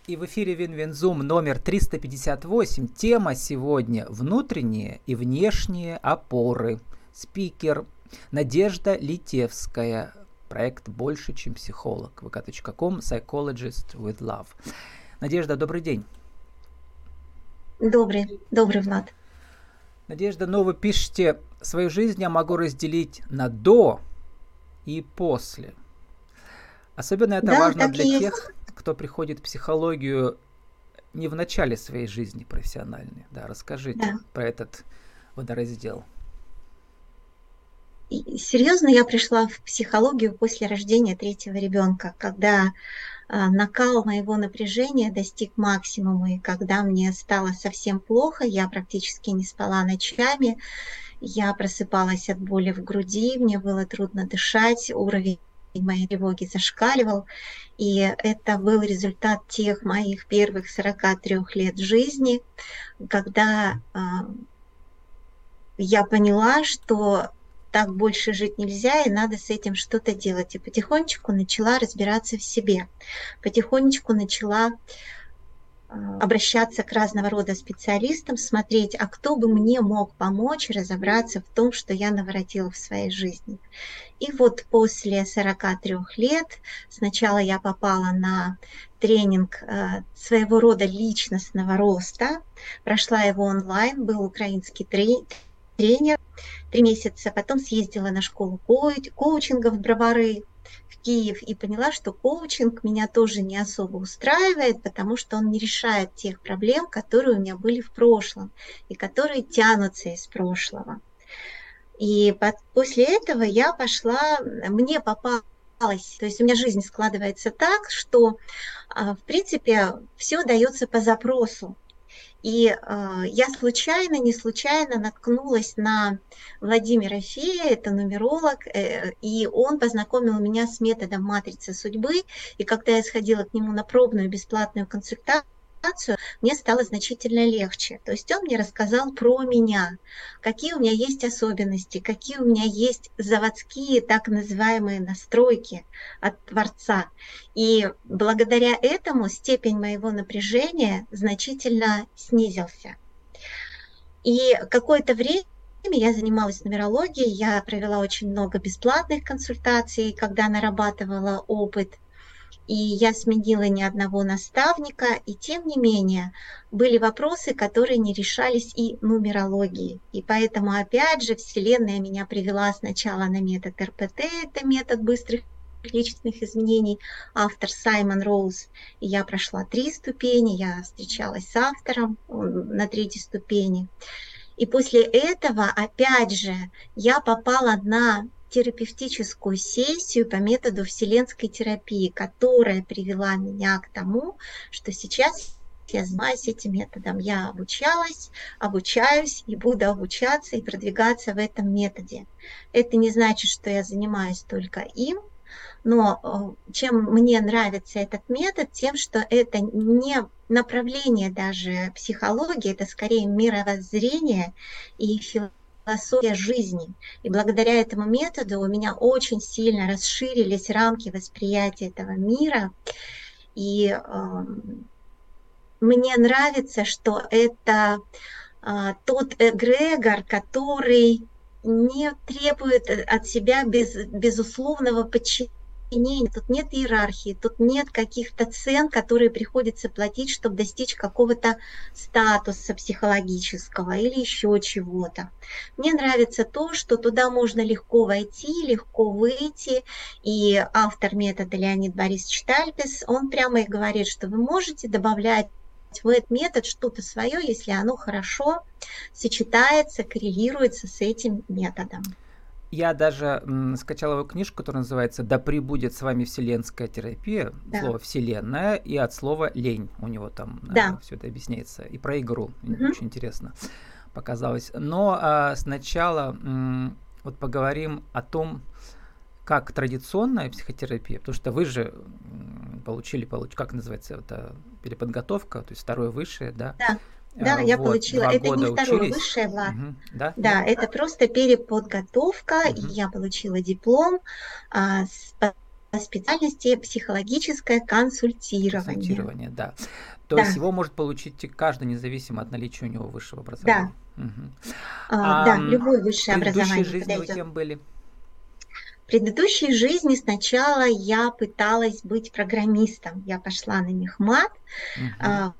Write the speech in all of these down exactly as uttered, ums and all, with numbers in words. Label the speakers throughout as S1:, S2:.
S1: И в эфире Винвинзум номер триста пятьдесят восемь. Тема сегодня: внутренние и внешние опоры. Спикер Надежда Литевская. Проект «Больше, чем психолог». вэ ка точка ком, Psychologist with Love. Надежда, добрый день.
S2: Добрый, добрый, Влад.
S1: Надежда, ну вы пишете: свою жизнь я могу разделить на до и после. Особенно это
S2: Да,
S1: важно
S2: так
S1: для
S2: и
S1: тех,
S2: есть.
S1: кто приходит в психологию не в начале своей жизни профессиональной. Да, расскажите
S2: Да.
S1: про этот водораздел.
S2: И серьезно, я пришла в психологию после рождения третьего ребенка, когда а, накал моего напряжения достиг максимума, и когда мне стало совсем плохо, я практически не спала ночами, я просыпалась от боли в груди, мне было трудно дышать, уровень моей тревоги зашкаливал, и это был результат тех моих первых сорока трёх лет жизни, когда а, я поняла, что так больше жить нельзя, и надо с этим что-то делать. И потихонечку начала разбираться в себе. Потихонечку начала а, обращаться к разного рода специалистам, смотреть, а кто бы мне мог помочь разобраться в том, что я наворотила в своей жизни. И вот после сорока трёх лет сначала я попала на тренинг э, своего рода личностного роста, прошла его онлайн, был украинский тренинг, тренер три месяца, потом съездила на школу коуч- коучинга в Бровары, в Киев, и поняла, что коучинг меня тоже не особо устраивает, потому что он не решает тех проблем, которые у меня были в прошлом и которые тянутся из прошлого. И под, после этого я пошла, мне попалось, то есть у меня жизнь складывается так, что, а, в принципе, все дается по запросу. И э, я случайно, не случайно наткнулась на Владимира Фея, это нумеролог, э, и он познакомил меня с методом матрицы судьбы. И когда я сходила к нему на пробную бесплатную консультацию, мне стало значительно легче. То есть он мне рассказал про меня, какие у меня есть особенности, какие у меня есть заводские так называемые настройки от Творца. И благодаря этому степень моего напряжения значительно снизился. И какое-то время я занималась нумерологией, я провела очень много бесплатных консультаций, когда нарабатывала опыт. И я сменила ни одного наставника, и тем не менее были вопросы, которые не решались и нумерологией. И поэтому, опять же, Вселенная меня привела сначала на метод эр пэ тэ, это метод быстрых личностных изменений, автор Саймон Роуз. И я прошла три ступени, я встречалась с автором на третьей ступени. И после этого, опять же, я попала на терапевтическую сессию по методу вселенской терапии, которая привела меня к тому, что сейчас я занимаюсь этим методом. Я обучалась, обучаюсь и буду обучаться и продвигаться в этом методе. Это не значит, что я занимаюсь только им, но чем мне нравится этот метод, тем, что это не направление даже психологии, это скорее мировоззрение и философия жизни. И благодаря этому методу у меня очень сильно расширились рамки восприятия этого мира. И э, мне нравится, что это э, тот эгрегор, который не требует от себя без, безусловного подчинения. Тут нет иерархии, тут нет каких-то цен, которые приходится платить, чтобы достичь какого-то статуса психологического или еще чего-то. Мне нравится то, что туда можно легко войти, легко выйти. И автор метода Леонид Борисович Тальпес, он прямо и говорит, что вы можете добавлять в этот метод что-то свое, если оно хорошо сочетается, коррелируется с этим методом.
S1: Я даже м, скачал его книжку, которая называется «Да пребудет с вами вселенская терапия», да. Слово «вселенная» и от слова «лень». У него там да. э, все это объясняется. И про игру. Угу. Очень интересно показалось. Но э, сначала м, вот поговорим о том, как традиционная психотерапия, потому что вы же получили, получ, как называется, это переподготовка, то есть второе высшее, да?
S2: Да. Да, вот, я получила. Это не второе высшее, Влад. Угу. Да, да, это просто переподготовка. Угу. И я получила диплом а, с специальности психологическое консультирование.
S1: Консультирование, да. То
S2: Да.
S1: есть его может получить каждый, независимо от наличия у него высшего образования.
S2: Да.
S1: Мгм.
S2: А,
S1: А
S2: да,
S1: м,
S2: любое
S1: в
S2: высшее
S1: предыдущей
S2: образование
S1: жизни вы
S2: подойдет.
S1: кем были?
S2: В предыдущей жизни сначала я пыталась быть программистом. Я пошла на мехмат.
S1: Мгм.
S2: А,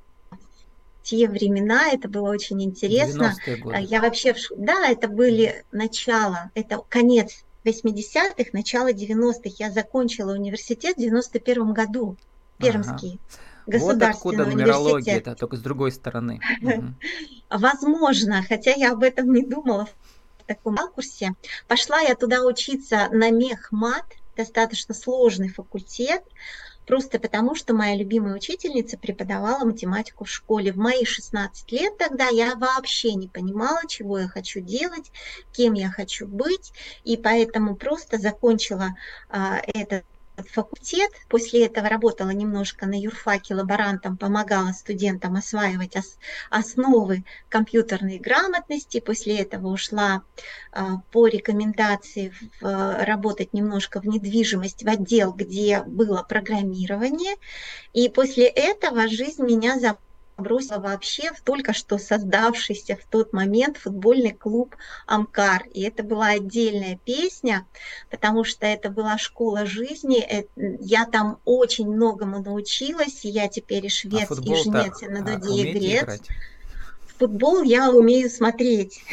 S2: В те времена это было очень интересно.
S1: девяностые
S2: А,
S1: годы.
S2: Я вообще, в ш- да, это были начало, это конец восьмидесятых, начало девяностых. Я закончила университет в девяносто первом году,
S1: Ага.
S2: Пермский
S1: Вот откуда
S2: государственный
S1: нумерология,
S2: университет.
S1: это только с другой стороны. Мгм.
S2: Возможно, хотя я об этом не думала в таком ракурсе. Пошла я туда учиться на мехмат, достаточно сложный факультет, просто потому что моя любимая учительница преподавала математику в школе. В мои шестнадцать лет тогда я вообще не понимала, чего я хочу делать, кем я хочу быть, и поэтому просто закончила а, этот факультет. После этого работала немножко на юрфаке лаборантом, помогала студентам осваивать ос- основы компьютерной грамотности. После этого ушла а, по рекомендации в, а, работать немножко в недвижимость, в отдел, где было программирование. И после этого жизнь меня забросила вообще в только что создавшийся в тот момент футбольный клуб «Амкар». И это была отдельная песня, потому что это была школа жизни. Э, Я там очень многому научилась. И я теперь и
S1: А
S2: швец, и
S1: футбол-то
S2: жнец, и на
S1: а,
S2: дуде
S1: умеете
S2: игрец.
S1: играть?
S2: В футбол я умею смотреть.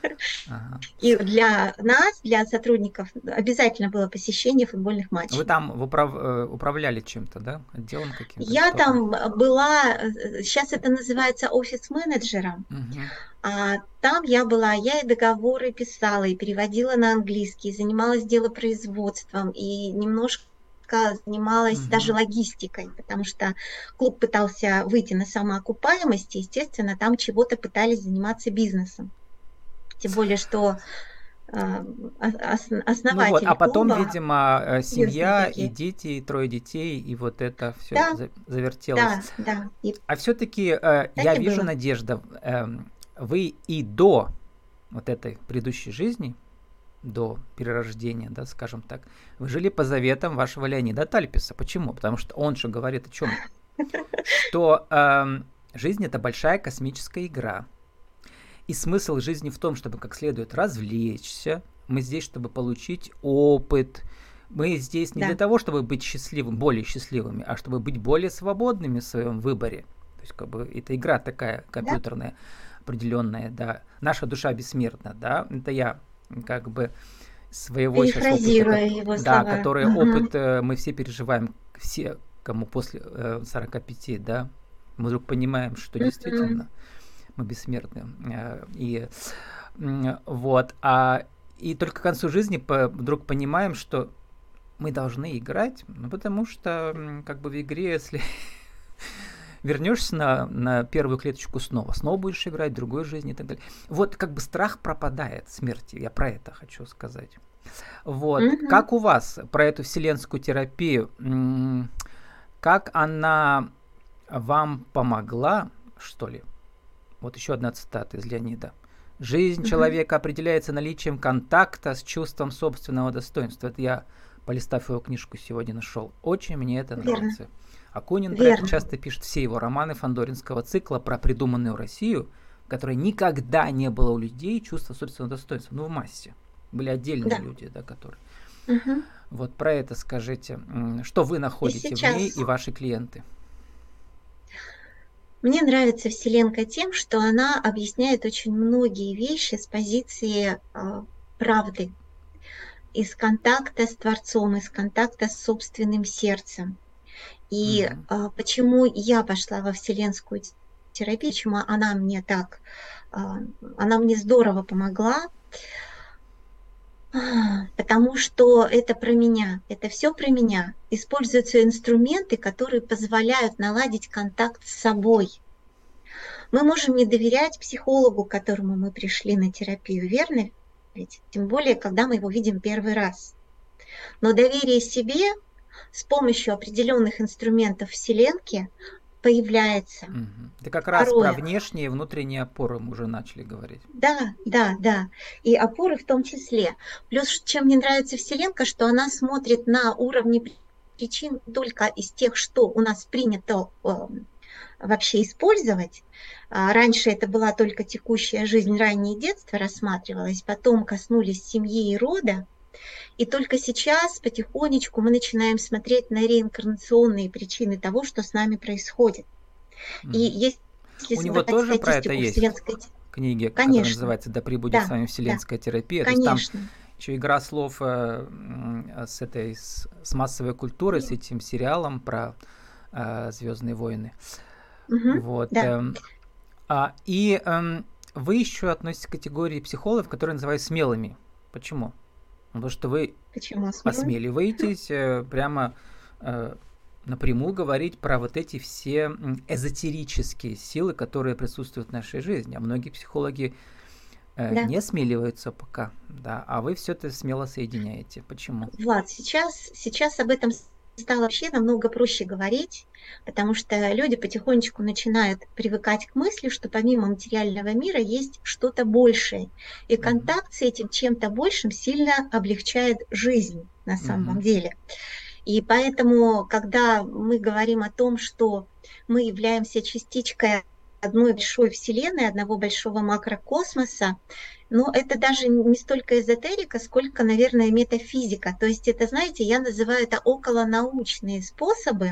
S1: Ага.
S2: И для нас, для сотрудников, обязательно было посещение футбольных
S1: Вы
S2: матчей.
S1: там в управ- э, управляли чем-то, да? Отделом каким-то?
S2: Я
S1: Что там?
S2: там была, сейчас это называется офис-менеджером,
S1: Мгм.
S2: а там я была, я и договоры писала, и переводила на английский, и занималась делопроизводством, и немножко занималась даже
S1: Мгм.
S2: логистикой, потому что клуб пытался выйти на самоокупаемость, и, естественно, там чего-то пытались заниматься бизнесом. Тем более, что а, ос-
S1: Ну вот,
S2: основатель
S1: а потом,
S2: клуба
S1: видимо, э,
S2: южные
S1: семья и
S2: такие.
S1: дети, и трое детей, и вот это все
S2: Да,
S1: завертелось.
S2: да, да, и
S1: А все-таки
S2: так
S1: я
S2: и
S1: вижу,
S2: было.
S1: Надежда, эм, вы и до вот этой предыдущей жизни, до перерождения, да, скажем так, вы жили по заветам вашего Леонида Тальписа. Почему? Потому что он же говорит о чем? Что эм, жизнь это большая космическая игра. И смысл жизни в том, чтобы как следует развлечься. Мы здесь, чтобы получить опыт. Мы здесь не
S2: Да,
S1: для того, чтобы быть счастливым, более счастливыми, а чтобы быть более свободными в своем выборе. То есть, как бы, это игра такая
S2: да,
S1: компьютерная, определенная, да. Наша душа бессмертна, да. Это я как бы своего сейчас опыта,
S2: перефразируя
S1: ко-
S2: его
S1: да,
S2: слова.
S1: который
S2: Мгм.
S1: опыт э, мы все переживаем, все, кому после э, сорока пяти, да. Мы вдруг понимаем, что
S2: Мгм.
S1: действительно мы бессмертны. Э, И м, вот, а и только к концу жизни по- вдруг понимаем, что мы должны играть, ну, потому что м, как бы в игре, если вернешься на, на первую клеточку снова, снова будешь играть в другой жизни и так далее. Вот как бы страх пропадает смерти, я про это хочу сказать. Вот,
S2: Мгм.
S1: как у вас про эту вселенскую терапию, м, как она вам помогла, что ли? Вот еще одна цитата из Леонида. Жизнь
S2: Мгм.
S1: человека определяется наличием контакта с чувством собственного достоинства. Это я, полистав его книжку, сегодня нашел. Очень мне это
S2: Верно,
S1: нравится. Акунин про это
S2: верно.
S1: часто пишет, все его романы фандоринского цикла про придуманную Россию, в которой никогда не было у людей чувства собственного достоинства. Ну, в массе. Были отдельные
S2: Да.
S1: люди, да, которые.
S2: Мгм.
S1: Вот про это скажите. М, Что вы
S2: И
S1: находите в ней
S2: сейчас
S1: и ваши клиенты?
S2: мне нравится Вселенка тем, что она объясняет очень многие вещи с позиции а, правды, из контакта с Творцом, из контакта с собственным сердцем. И
S1: Мгм.
S2: а, почему я пошла во вселенскую терапию, почему она мне так, а, она мне здорово помогла, а, потому что это про меня, это все про меня. Используются инструменты, которые позволяют наладить контакт с собой. Мы можем не доверять психологу, к которому мы пришли на терапию, верно? Ведь тем более, когда мы его видим первый раз. Но доверие себе с помощью определенных инструментов Вселенки появляется.
S1: Мгм. Это как раз про
S2: Второе.
S1: внешние и внутренние опоры мы уже начали говорить.
S2: Да, да, да. И опоры в том числе. Плюс, чем мне нравится Вселенка, что она смотрит на уровне причин только из тех, что у нас принято э, вообще использовать. Раньше это была только текущая жизнь, раннее детство рассматривалось, потом коснулись семьи и рода. И только сейчас потихонечку мы начинаем смотреть на реинкарнационные причины того, что с нами происходит. Mm. И если
S1: у него тоже про это есть вселенской... книги,
S2: Конечно.
S1: которая называется «Да пребудет
S2: да,
S1: с вами вселенская
S2: да.
S1: терапия».
S2: Конечно.
S1: То есть там еще игра слов э, с этой с, с массовой культурой, с этим сериалом про э, «Звездные войны».
S2: Угу,
S1: вот.
S2: Да.
S1: Э, а, и э, вы еще относитесь к категории психологов, которые называют смелыми. Почему? Потому что вы
S2: Почему
S1: осмеливаетесь э, прямо э, напрямую говорить про вот эти все эзотерические силы, которые присутствуют в нашей жизни. А многие психологи э,
S2: да.
S1: не осмеливаются пока, да, а вы все это смело соединяете. Почему?
S2: Влад, сейчас, сейчас об этом стало вообще намного проще говорить, потому что люди потихонечку начинают привыкать к мысли, что помимо материального мира есть что-то большее. И контакт с этим чем-то большим сильно облегчает жизнь на самом mm-hmm. деле. И поэтому, когда мы говорим о том, что мы являемся частичкой одной большой вселенной, одного большого макрокосмоса, но это даже не столько эзотерика, сколько, наверное, метафизика. То есть это, знаете, я называю это околонаучные способы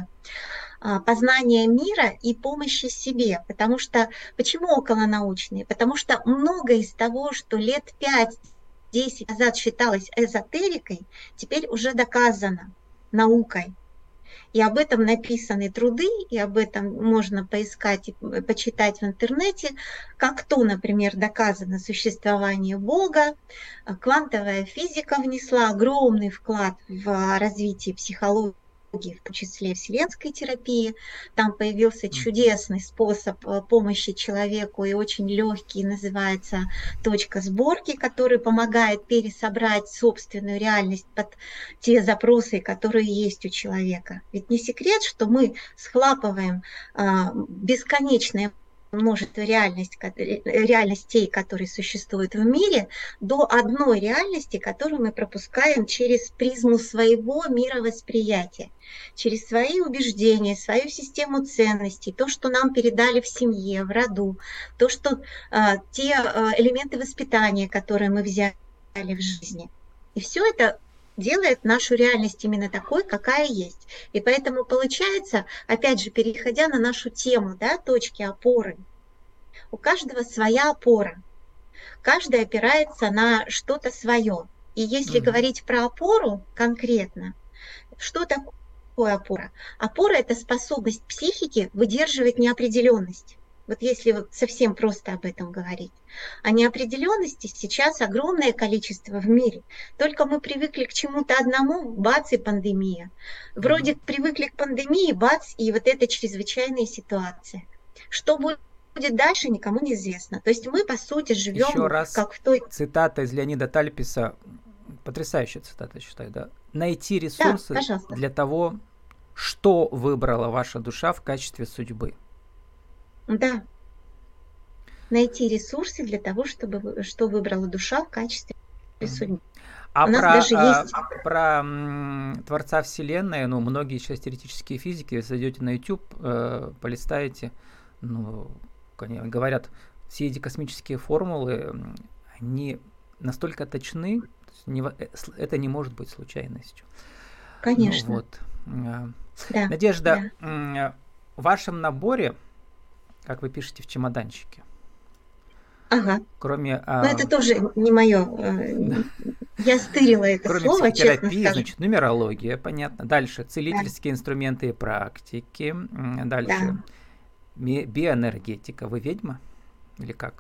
S2: познания мира и помощи себе. Потому что, почему околонаучные? Потому что многое из того, что лет пять-десять назад считалось эзотерикой, теперь уже доказано наукой. И об этом написаны труды, и об этом можно поискать и почитать в интернете, как то, например, доказано существование Бога. Квантовая физика внесла огромный вклад в развитие психологии, в том числе вселенской терапии. Там появился чудесный способ помощи человеку и очень легкий, называется точка сборки, который помогает пересобрать собственную реальность под те запросы, которые есть у человека. Ведь не секрет, что мы схлапываем а, бесконечное множество реальность, реальностей, которые существуют в мире, до одной реальности, которую мы пропускаем через призму своего мировосприятия, через свои убеждения, свою систему ценностей, то, что нам передали в семье, в роду, то, что а, те а, элементы воспитания, которые мы взяли в жизни. И все это делает нашу реальность именно такой, какая есть. И поэтому получается, опять же, переходя на нашу тему, да, точки опоры, у каждого своя опора. Каждый опирается на что-то свое. И если mm-hmm. говорить про опору конкретно, что такое опора? Опора – это способность психики выдерживать неопределенность. Вот если вот совсем просто об этом говорить. А неопределенности сейчас огромное количество в мире. Только мы привыкли к чему-то одному, бац, и пандемия. Вроде mm-hmm. привыкли к пандемии, бац, и вот эта чрезвычайная ситуация. Что будет дальше, никому не известно. То есть мы, по сути, живем
S1: Еще раз
S2: как в той...
S1: цитата из Леонида Тальписа, потрясающая цитата, считаю, да. Найти ресурсы
S2: да,
S1: для того, что выбрала ваша душа в качестве судьбы.
S2: Да. Найти ресурсы для того, чтобы что выбрала душа в качестве судьбы.
S1: А про, даже а, есть... про м, Творца Вселенной, ну, многие сейчас теоретические физики, если зайдете на YouTube, э, полистаете, ну, говорят, все эти космические формулы, они настолько точны, не, это не может быть случайностью.
S2: Конечно.
S1: Ну, вот.
S2: Да,
S1: Надежда,
S2: да.
S1: В вашем наборе, как вы пишете в чемоданчике,
S2: ага.
S1: кроме...
S2: Но а... это тоже не мое. Да. Я стырила это
S1: кроме
S2: слово, честно
S1: скажу. Значит, нумерология, понятно. Дальше целительские да. инструменты и практики. Дальше... Да. Биоэнергетика. Вы ведьма? Или как?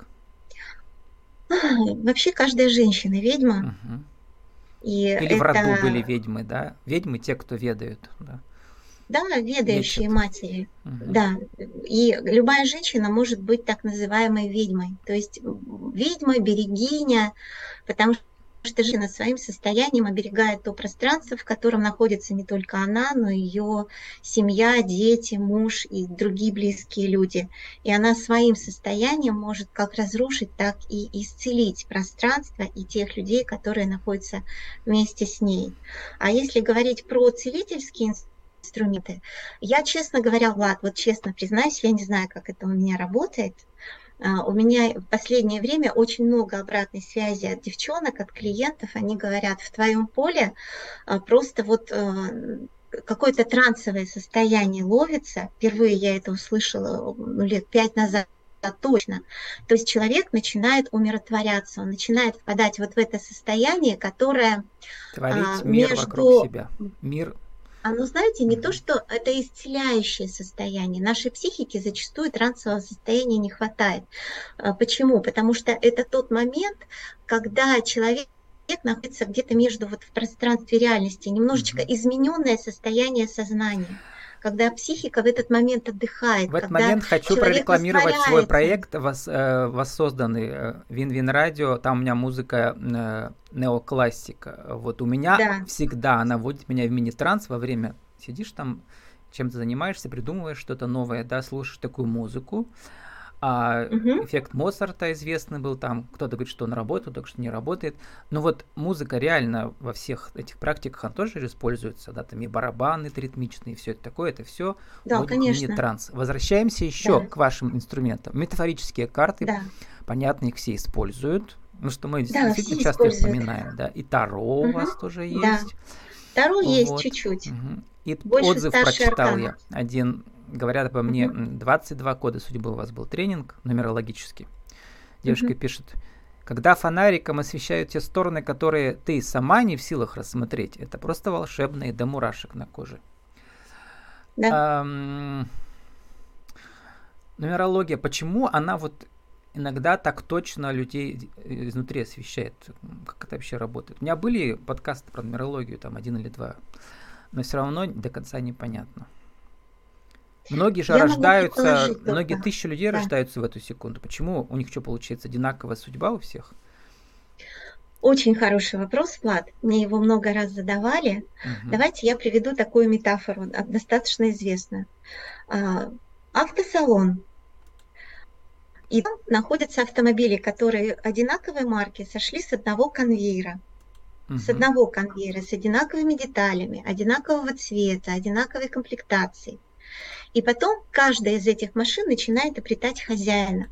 S2: А, вообще каждая женщина ведьма.
S1: Угу.
S2: И
S1: Или
S2: это...
S1: в роду были ведьмы, да? Ведьмы те, кто ведают, да?
S2: Да, ведающие
S1: Лечат.
S2: Матери.
S1: Угу.
S2: Да. И любая женщина может быть так называемой ведьмой. То есть ведьма, берегиня, потому что что женщина своим состоянием оберегает то пространство, в котором находится не только она, но и ее семья, дети, муж и другие близкие люди. И она своим состоянием может как разрушить, так и исцелить пространство и тех людей, которые находятся вместе с ней. А если говорить про целительские инструменты. Я, честно говоря, Влад, вот честно признаюсь, я не знаю, как это у меня работает. У меня в последнее время очень много обратной связи от девчонок, от клиентов. Они говорят, в твоем поле просто вот какое-то трансовое состояние ловится. Впервые я это услышала ну, лет пять назад. Точно. То есть человек начинает умиротворяться, он начинает впадать вот в это состояние, которое
S1: творить а, мир между... вокруг себя. Мир.
S2: Оно, знаете, не mm-hmm. то, что это исцеляющее состояние. Нашей психике зачастую трансового состояния не хватает. Почему? Потому что это тот момент, когда человек находится где-то между вот в пространстве реальности, немножечко mm-hmm. измененное состояние сознания. Когда психика в этот момент отдыхает.
S1: В этот момент хочу прорекламировать свой проект, вос, э, воссозданный э, Вин-Вин Радио. Там у меня музыка э, неоклассика. Вот у меня да. всегда она вводит меня в мини-транс во время. Сидишь там, чем-то занимаешься, придумываешь что-то новое, да, слушаешь такую музыку. А угу. эффект Моцарта известный был там. Кто-то говорит, что он работает, кто-то, что не работает. Но вот музыка реально во всех этих практиках она тоже используется. Да, там и барабаны ритмичные, и все это такое. Это все
S2: да,
S1: будет мини-транс. Возвращаемся еще да. к вашим инструментам. Метафорические карты. Да. Понятно, их все используют. Ну что мы да, действительно часто вспоминаем. Да. И Таро угу. у вас тоже есть.
S2: Да. Таро вот. Есть чуть-чуть.
S1: Угу. И больше отзыв прочитал аркана. Я. Один... Говорят обо мне, двадцать два года судьбы у вас был тренинг нумерологический. Девушка uh-huh. пишет, когда фонариком освещают те стороны, которые ты сама не в силах рассмотреть, это просто волшебно и до мурашек на коже. Да. Эм, нумерология, почему она вот иногда так точно людей изнутри освещает? Как это вообще работает? У меня были подкасты про нумерологию, там один или два, но все равно до конца непонятно. Многие же Я рождаются, многие тысячи людей да. рождаются в эту секунду. Почему у них что получается, одинаковая судьба у всех?
S2: Очень хороший вопрос, Влад. Мне его много раз задавали. Угу. Давайте я приведу такую метафору, достаточно известную. Автосалон. И там находятся автомобили, которые одинаковой марки сошли с одного конвейера. Угу. С одного конвейера, с одинаковыми деталями, одинакового цвета, одинаковой комплектации. И потом каждая из этих машин начинает обретать хозяина.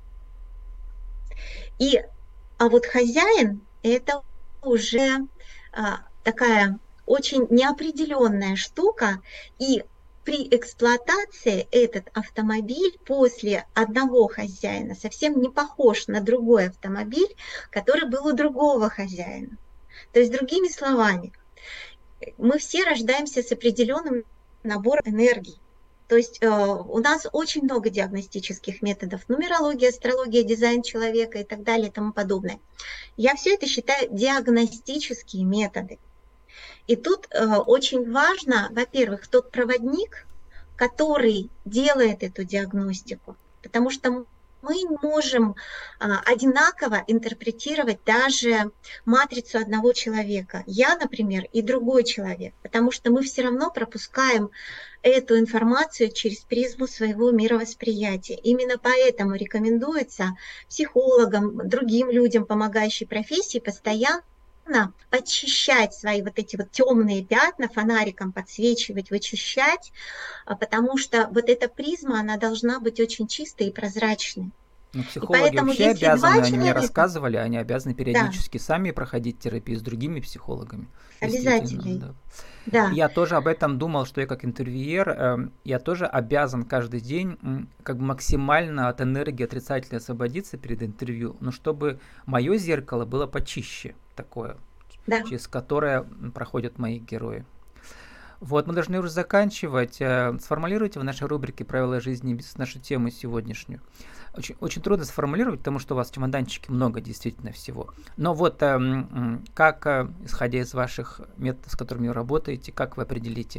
S2: И, а вот хозяин – это уже а, такая очень неопределенная штука. И при эксплуатации этот автомобиль после одного хозяина совсем не похож на другой автомобиль, который был у другого хозяина. То есть, другими словами, мы все рождаемся с определенным набором энергий. То есть э, у нас очень много диагностических методов, нумерология, астрология, дизайн человека и так далее и тому подобное. Я все это считаю диагностические методы. И тут э, очень важно, во-первых, тот проводник, который делает эту диагностику, потому что мы можем а, одинаково интерпретировать даже матрицу одного человека. Я, например, и другой человек, потому что мы все равно пропускаем эту информацию через призму своего мировосприятия. Именно поэтому рекомендуется психологам, другим людям, помогающей профессии, постоянно очищать свои вот эти вот темные пятна, фонариком подсвечивать, вычищать, потому что вот эта призма, она должна быть очень чистой и прозрачной.
S1: Но психологи вообще обязаны, они человека... мне рассказывали, они обязаны периодически да. сами проходить терапию с другими психологами.
S2: Обязательно.
S1: Да. Да. Я тоже об этом думал, что я как интервьюер, э, я тоже обязан каждый день э, как бы максимально от энергии отрицательной освободиться перед интервью, но чтобы мое зеркало было почище такое, да. через которое проходят мои герои. Вот, мы должны уже заканчивать. Сформулируйте в нашей рубрике «Правила жизни и бизнеса» нашу тему сегодняшнюю. Очень, очень трудно сформулировать, потому что у вас в чемоданчике много действительно всего. Но вот как, исходя из ваших методов, с которыми вы работаете, как вы определите,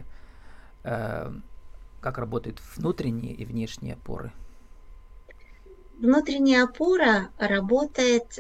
S1: как работают внутренние и внешние опоры?
S2: Внутренняя опора работает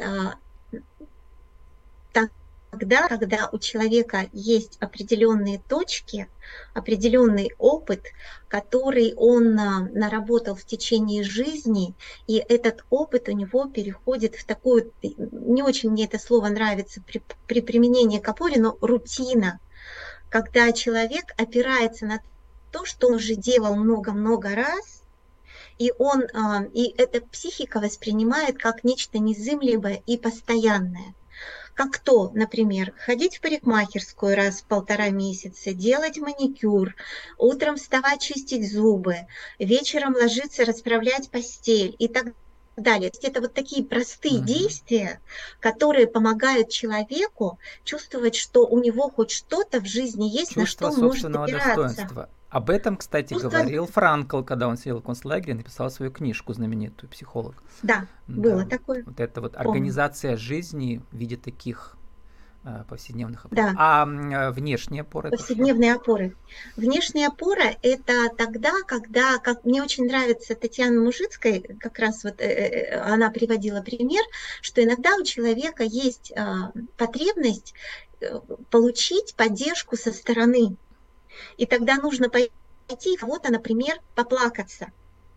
S2: тогда, когда у человека есть определенные точки, определенный опыт, который он наработал в течение жизни, и этот опыт у него переходит в такую, не очень мне это слово нравится при, при применении к опоре, но рутина, когда человек опирается на то, что он уже делал много-много раз, и он, и эта психика воспринимает как нечто незыблемое и постоянное. Как то, например, ходить в парикмахерскую раз в полтора месяца, делать маникюр, утром вставать, чистить зубы, вечером ложиться, расправлять постель и так далее. То есть это вот такие простые uh-huh. действия, которые помогают человеку чувствовать, что у него хоть что-то в жизни есть,
S1: чувство
S2: на что может
S1: собственного
S2: опираться.
S1: Достоинства. Об этом, кстати, Чувство... говорил Франкл, когда он сидел в концлагере, написал свою книжку знаменитую «Психолог».
S2: Да, да, было такое.
S1: Вот это вот Помню. Организация жизни в виде таких э, повседневных опор.
S2: Да.
S1: А э, внешние опоры?
S2: Повседневные опоры. Внешняя опора – это тогда, когда, как мне очень нравится Татьяна Мужицкая, как раз вот э, она приводила пример, что иногда у человека есть э, потребность получить поддержку со стороны. И тогда нужно пойти и кого-то, например, поплакаться.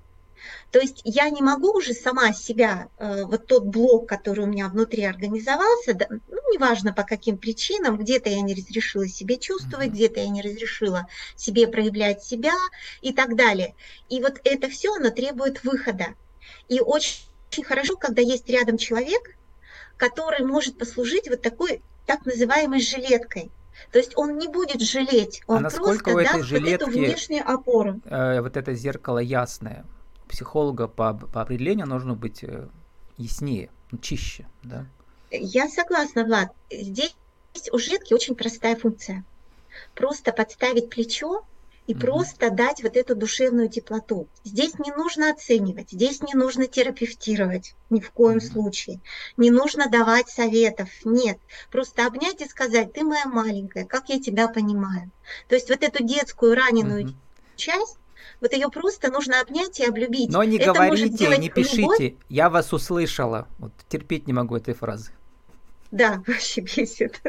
S2: То есть я не могу уже сама себя, э, вот тот блок, который у меня внутри организовался, да, ну, неважно по каким причинам, где-то я не разрешила себе чувствовать, где-то я не разрешила себе проявлять себя и так далее. И вот это все, оно требует выхода. И очень, очень хорошо, когда есть рядом человек, который может послужить вот такой так называемой жилеткой. То есть он не будет жалеть, он
S1: а
S2: просто
S1: у этой
S2: даст
S1: жилетки,
S2: вот эту внешнюю опору.
S1: Э, вот это зеркало ясное. У психолога по, по определению должно быть э, яснее, чище, да?
S2: Я согласна, Влад. Здесь у жилетки очень простая функция. Просто подставить плечо и mm-hmm. просто дать вот эту душевную теплоту. Здесь не нужно оценивать, здесь не нужно терапевтировать ни в коем mm-hmm. случае. Не нужно давать советов, нет. Просто обнять и сказать: ты моя маленькая, как я тебя понимаю. То есть вот эту детскую раненую mm-hmm. часть, вот ее просто нужно обнять и облюбить.
S1: Но не
S2: это
S1: говорите, не пишите,
S2: любовь.
S1: Я вас услышала. Вот терпеть не могу этой фразы.
S2: Да, вообще бесит.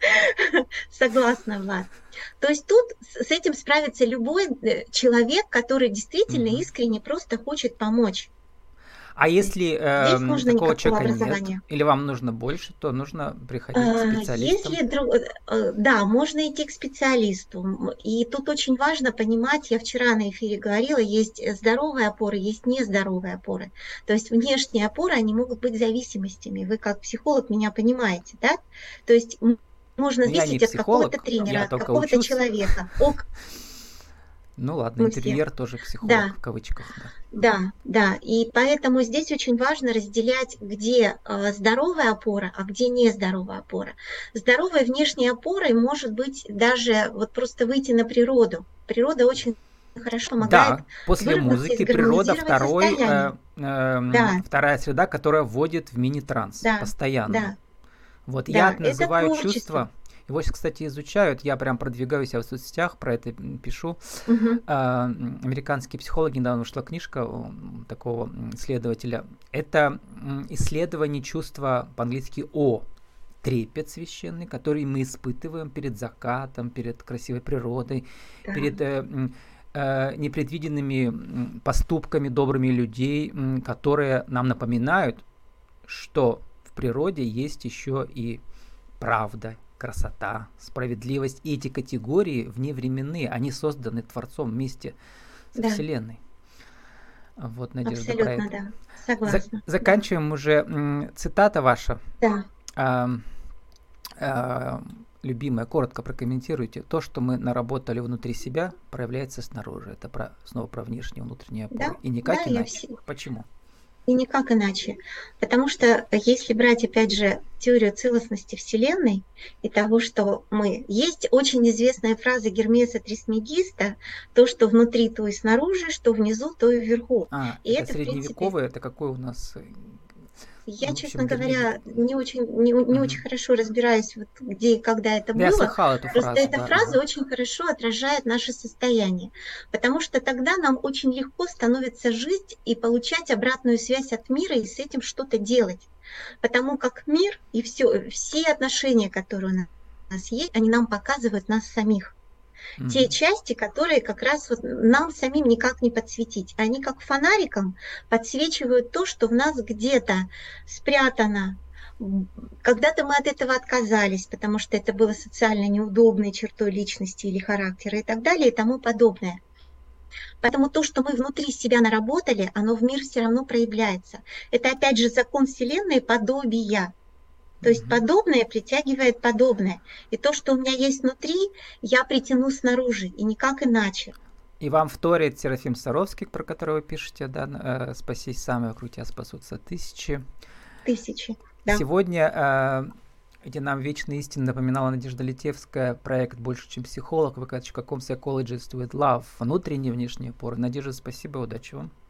S2: Согласна, Влад. То есть тут с этим справится любой человек, который действительно угу. искренне просто хочет помочь.
S1: А если э, такого человека нет, или вам нужно больше, то нужно приходить к специалисту?
S2: Если, да, можно идти к специалисту. И тут очень важно понимать, я вчера на эфире говорила, есть здоровые опоры, есть нездоровые опоры. То есть внешние опоры, они могут быть зависимостями. Вы как психолог меня понимаете, да? То есть можно зависеть от какого-то тренера, от какого-то человека. Ок.
S1: Ну ладно, Мы интерьер все. Тоже психолог, да. в кавычках. Да.
S2: да, да. И поэтому здесь очень важно разделять, где э, здоровая опора, а где нездоровая опора. Здоровой внешней опорой может быть даже вот просто выйти на природу. Природа очень хорошо помогает.
S1: Да, после музыки природа второй, э, э, да. вторая среда, которая вводит в мини-транс да. постоянно. Да. Вот да. я называю чувства. Его сейчас, кстати, изучают, я прям продвигаюсь в соцсетях, про это пишу. Uh-huh. А, американские психологи, недавно вышла книжка такого исследователя. Это исследование чувства по-английски «о», трепет священный, который мы испытываем перед закатом, перед красивой природой, uh-huh. перед э, э, непредвиденными поступками добрыми людей, которые нам напоминают, что в природе есть еще и правда, красота, справедливость. И эти категории вневременные, они созданы Творцом вместе со да. Вселенной. Вот, Надежда,
S2: абсолютно,
S1: про это.
S2: Да. Согласна.
S1: За- заканчиваем да. уже. М- цитата ваша.
S2: Да.
S1: А, а, любимая, коротко прокомментируйте. То, что мы наработали внутри себя, проявляется снаружи. Это про, снова про внешние, внутренние опоры.
S2: Да.
S1: И никак
S2: да,
S1: иначе. Почему?
S2: И никак иначе. Потому что если брать, опять же, теорию целостности Вселенной и того, что мы... Есть очень известная фраза Гермеса Трисмегиста: то, что внутри, то и снаружи, что внизу, то и вверху.
S1: А,
S2: и
S1: это, это
S2: в принципе...
S1: средневековое, это какой у нас...
S2: Я, общем, честно говоря, не очень, не, не uh-huh. очень хорошо разбираюсь, вот, где и когда это
S1: Я
S2: было.
S1: слыхала эту
S2: Просто
S1: фразу,
S2: эта
S1: да,
S2: фраза
S1: uh-huh.
S2: очень хорошо отражает наше состояние, потому что тогда нам очень легко становится жить и получать обратную связь от мира и с этим что-то делать. Потому как мир и все, все отношения, которые у нас есть, они нам показывают нас самих. Mm-hmm. Те части, которые как раз вот нам самим никак не подсветить. Они как фонариком подсвечивают то, что в нас где-то спрятано. Когда-то мы от этого отказались, потому что это было социально неудобной чертой личности или характера и так далее и тому подобное. Поэтому то, что мы внутри себя наработали, оно в мир все равно проявляется. Это опять же закон Вселенной подобия. То есть подобное притягивает подобное. И то, что у меня есть внутри, я притяну снаружи, и никак иначе.
S1: И вам вторит Серафим Саровский, про которого вы пишете, да, э, «Спасись сам, и вокруг тебя спасутся тысячи».
S2: Тысячи, да.
S1: Сегодня, э, где нам вечные истины напоминала Надежда Литевская, проект «Больше, чем психолог», выкладчик каком Psychologist with Love, внутренние и внешние опоры. Надежда, спасибо, удачи вам.